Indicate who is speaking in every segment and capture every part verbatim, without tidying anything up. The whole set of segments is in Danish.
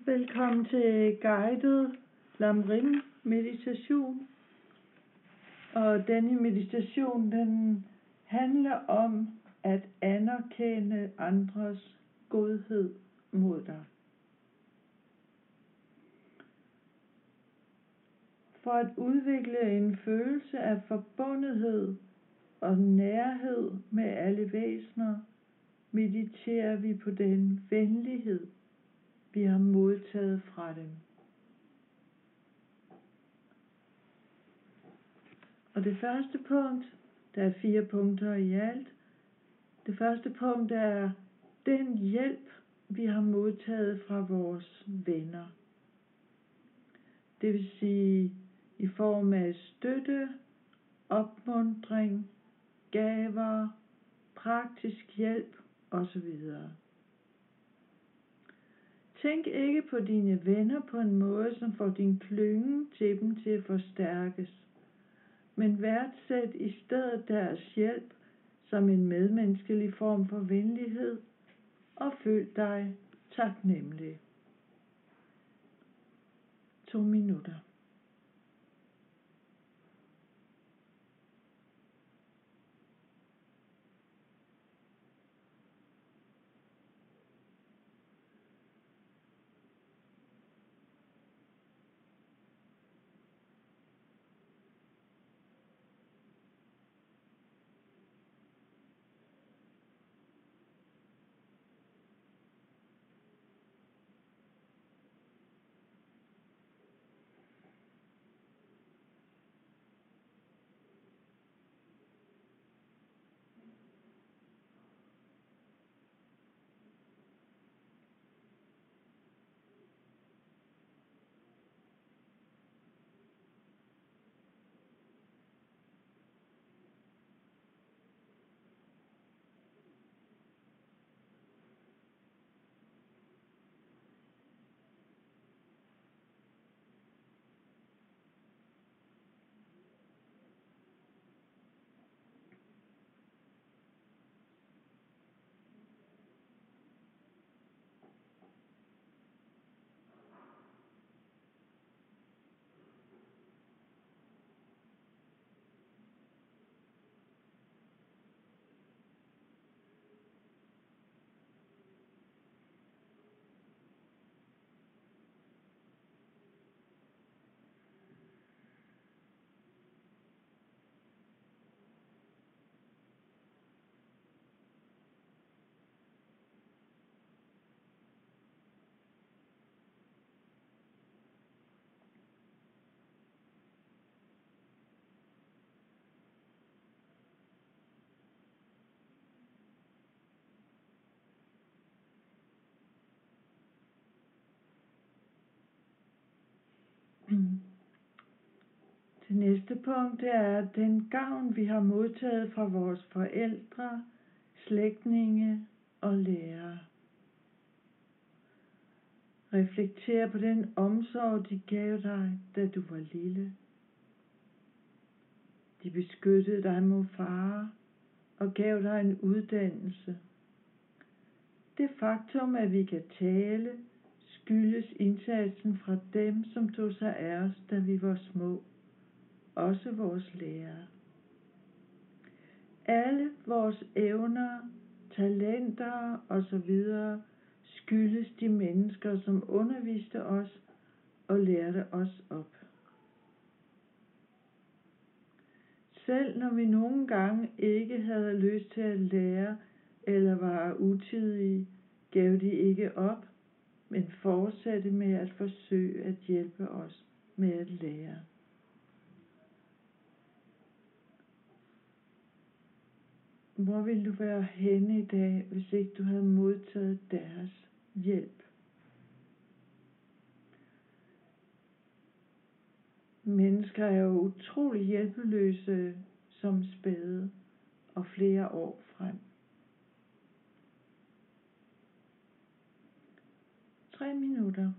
Speaker 1: Velkommen til guided Lam-Rim meditation. Og denne meditation, den handler om at anerkende andres godhed mod dig. For at udvikle en følelse af forbundethed og nærhed med alle væsener, mediterer vi på den venlighed, vi har modtaget fra dem. Og det første punkt, der er fire punkter i alt. Det første punkt er den hjælp, vi har modtaget fra vores venner. Det vil sige i form af støtte, opmuntring, gaver, praktisk hjælp osv. Tænk ikke på dine venner på en måde, som får din klynge til dem til at forstærkes, men værdsæt i stedet deres hjælp som en medmenneskelig form for venlighed, og føl dig taknemmelig. To minutter. Det næste punkt er den gavn, vi har modtaget fra vores forældre, slægtninge og lærere. Reflekter på den omsorg, de gav dig, da du var lille. De beskyttede dig mod fare og gav dig en uddannelse. Det faktum, at vi kan tale, skyldes indsatsen fra dem, som tog sig af os, da vi var små. Også vores lærere. Alle vores evner, talenter osv. skyldes de mennesker, som underviste os og lærte os op. Selv når vi nogle gange ikke havde lyst til at lære eller var utidige, gav de ikke op, men fortsatte med at forsøge at hjælpe os med at lære. Hvor ville du være henne i dag, hvis ikke du havde modtaget deres hjælp? Mennesker er jo utrolig hjælpeløse som spæde og flere år frem. Tre minutter.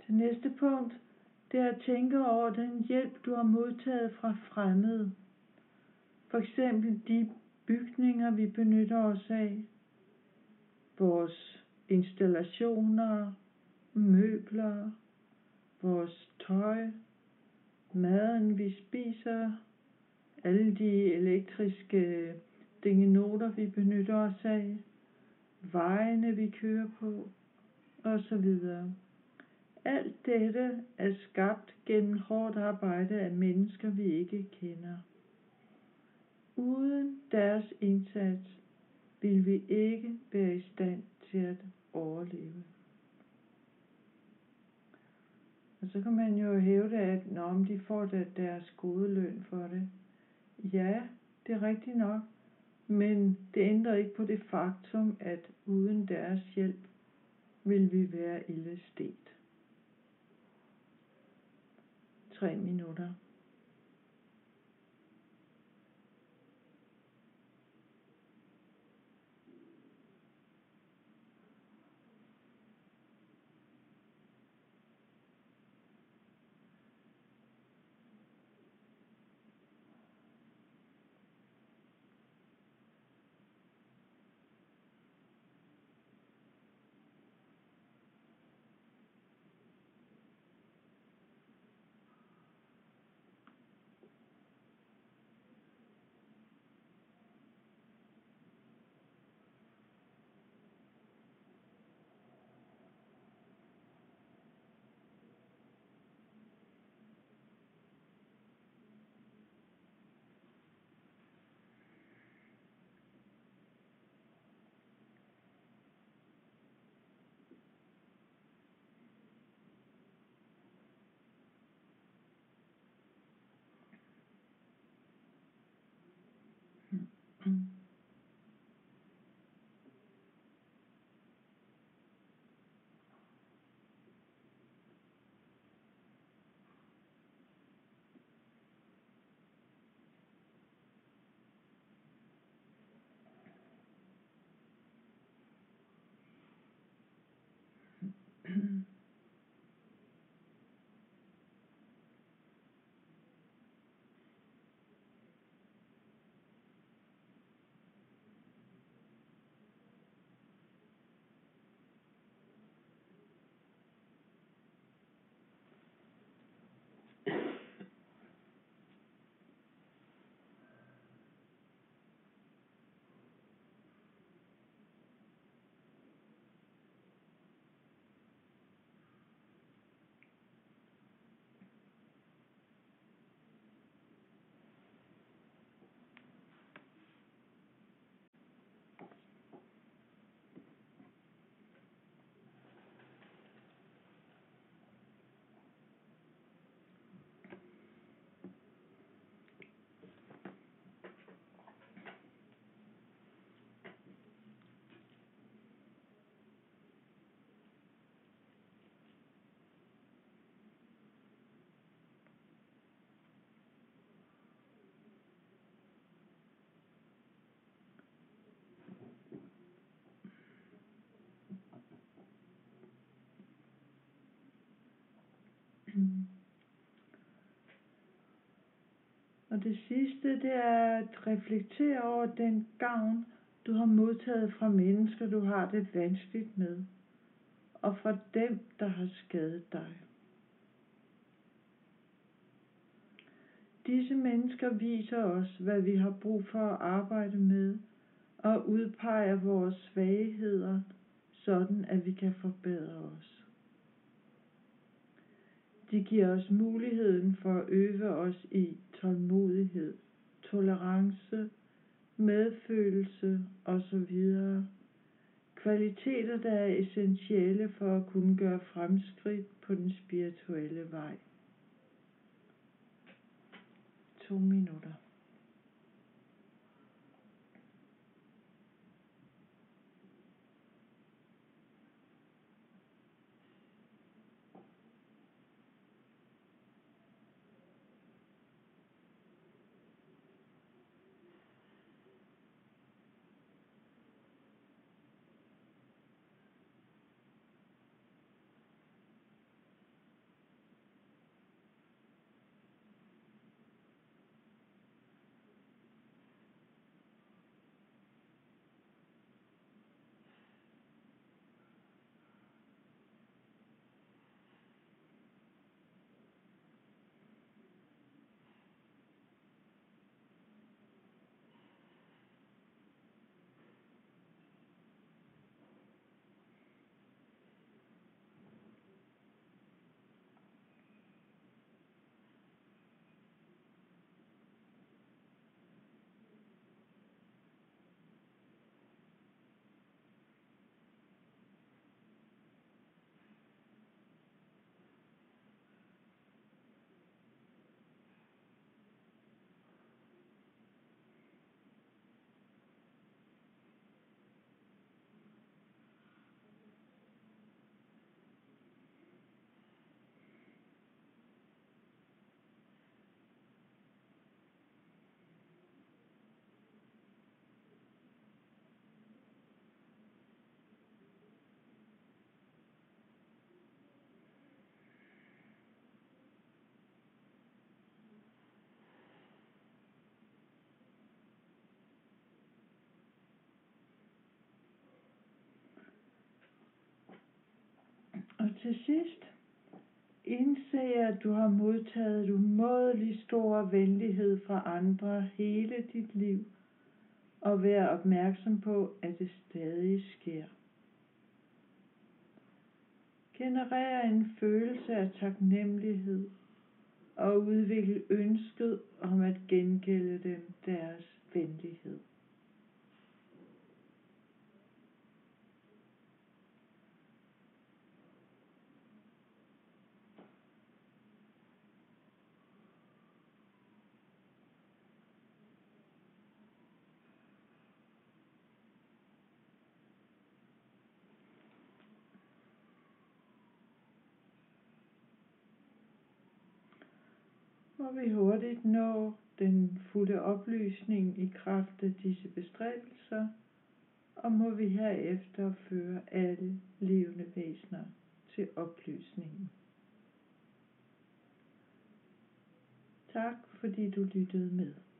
Speaker 1: Det næste punkt, det er at tænke over den hjælp, du har modtaget fra fremmede. For eksempel de bygninger, vi benytter os af, vores installationer, møbler, vores tøj, maden, vi spiser, alle de elektriske dingenoter, vi benytter os af, vejene, vi kører på, osv. Alt dette er skabt gennem hårdt arbejde af mennesker, vi ikke kender. Uden deres indsats vil vi ikke være i stand til at overleve. Og så kan man jo hævde, at når de får deres gode løn for det. Ja, det er rigtigt nok, men det ændrer ikke på det faktum, at uden deres hjælp vil vi være ille stedt. Tre minutter. Og det sidste, det er at reflektere over den gavn, du har modtaget fra mennesker, du har det vanskeligt med, og fra dem, der har skadet dig. Disse mennesker viser os, hvad vi har brug for at arbejde med, og udpeger vores svagheder, sådan at vi kan forbedre os. De giver os muligheden for at øve os i tålmodighed, tolerance, medfølelse osv. Kvaliteter, der er essentielle for at kunne gøre fremskridt på den spirituelle vej. To minutter. til sidst, indse, at du har modtaget umådelig stor venlighed fra andre hele dit liv, og vær opmærksom på, at det stadig sker. Generer en følelse af taknemmelighed, og udvikle ønsket om at gengælde dem deres venlighed. Må vi hurtigt nå den fulde oplysning i kraft af disse bestræbelser, og må vi herefter føre alle levende væsener til oplysningen. Tak fordi du lyttede med.